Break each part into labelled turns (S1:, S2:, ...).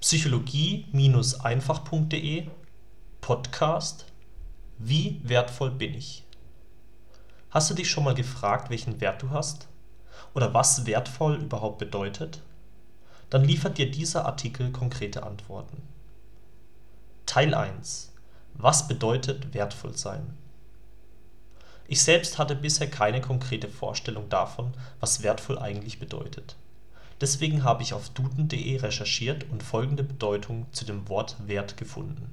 S1: Psychologie-einfach.de Podcast Wie wertvoll bin ich? Hast du dich schon mal gefragt, welchen Wert du hast? Oder was wertvoll überhaupt bedeutet? Dann liefert dir dieser Artikel konkrete Antworten. Teil 1: Was bedeutet wertvoll sein? Ich selbst hatte bisher keine konkrete Vorstellung davon, was wertvoll eigentlich bedeutet. Deswegen habe ich auf duden.de recherchiert und folgende Bedeutung zu dem Wort Wert gefunden: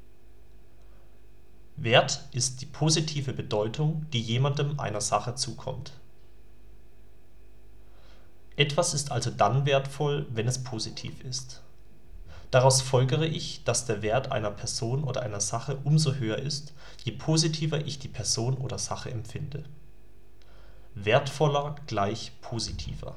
S1: Wert ist die positive Bedeutung, die jemandem einer Sache zukommt. Etwas ist also dann wertvoll, wenn es positiv ist. Daraus folgere ich, dass der Wert einer Person oder einer Sache umso höher ist, je positiver ich die Person oder Sache empfinde. Wertvoller gleich positiver.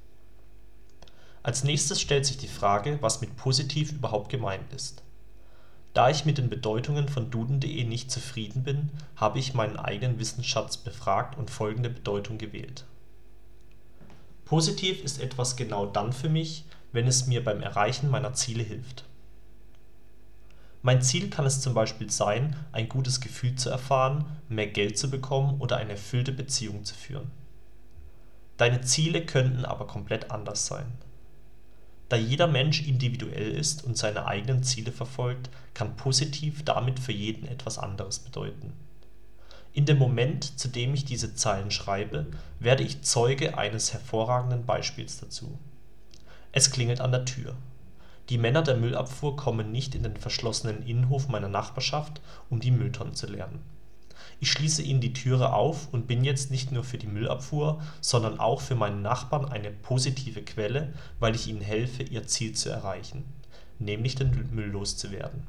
S1: Als nächstes stellt sich die Frage, was mit positiv überhaupt gemeint ist. Da ich mit den Bedeutungen von duden.de nicht zufrieden bin, habe ich meinen eigenen Wissensschatz befragt und folgende Bedeutung gewählt: Positiv ist etwas genau dann für mich, wenn es mir beim Erreichen meiner Ziele hilft. Mein Ziel kann es zum Beispiel sein, ein gutes Gefühl zu erfahren, mehr Geld zu bekommen oder eine erfüllte Beziehung zu führen. Deine Ziele könnten aber komplett anders sein. Da jeder Mensch individuell ist und seine eigenen Ziele verfolgt, kann positiv damit für jeden etwas anderes bedeuten. In dem Moment, zu dem ich diese Zeilen schreibe, werde ich Zeuge eines hervorragenden Beispiels dazu. Es klingelt an der Tür. Die Männer der Müllabfuhr kommen nicht in den verschlossenen Innenhof meiner Nachbarschaft, um die Mülltonnen zu leeren. Ich schließe ihnen die Türe auf und bin jetzt nicht nur für die Müllabfuhr, sondern auch für meine Nachbarn eine positive Quelle, weil ich ihnen helfe, ihr Ziel zu erreichen, nämlich den Müll loszuwerden.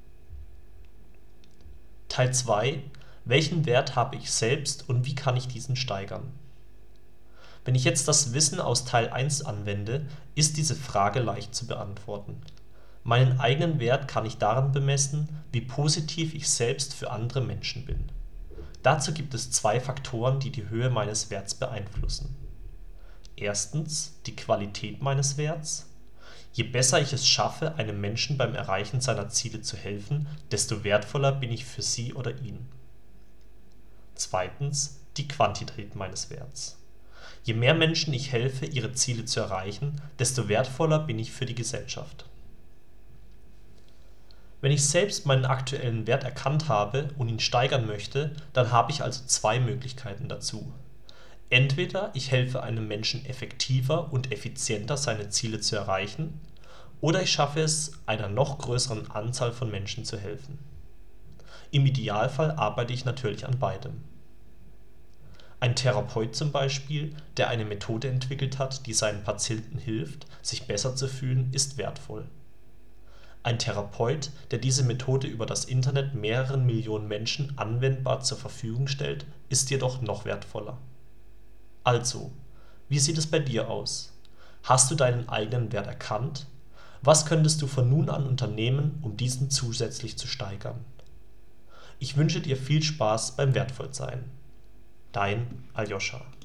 S1: Teil 2: Welchen Wert habe ich selbst und wie kann ich diesen steigern? Wenn ich jetzt das Wissen aus Teil 1 anwende, ist diese Frage leicht zu beantworten. Meinen eigenen Wert kann ich daran bemessen, wie positiv ich selbst für andere Menschen bin. Dazu gibt es zwei Faktoren, die die Höhe meines Werts beeinflussen. Erstens die Qualität meines Werts. Je besser ich es schaffe, einem Menschen beim Erreichen seiner Ziele zu helfen, desto wertvoller bin ich für sie oder ihn. Zweitens die Quantität meines Werts. Je mehr Menschen ich helfe, ihre Ziele zu erreichen, desto wertvoller bin ich für die Gesellschaft. Wenn ich selbst meinen aktuellen Wert erkannt habe und ihn steigern möchte, dann habe ich also zwei Möglichkeiten dazu. Entweder ich helfe einem Menschen effektiver und effizienter seine Ziele zu erreichen, oder ich schaffe es, einer noch größeren Anzahl von Menschen zu helfen. Im Idealfall arbeite ich natürlich an beidem. Ein Therapeut zum Beispiel, der eine Methode entwickelt hat, die seinen Patienten hilft, sich besser zu fühlen, ist wertvoll. Ein Therapeut, der diese Methode über das Internet mehreren Millionen Menschen anwendbar zur Verfügung stellt, ist jedoch noch wertvoller. Also, wie sieht es bei dir aus? Hast du deinen eigenen Wert erkannt? Was könntest du von nun an unternehmen, um diesen zusätzlich zu steigern? Ich wünsche dir viel Spaß beim Wertvollsein. Dein Aljoscha.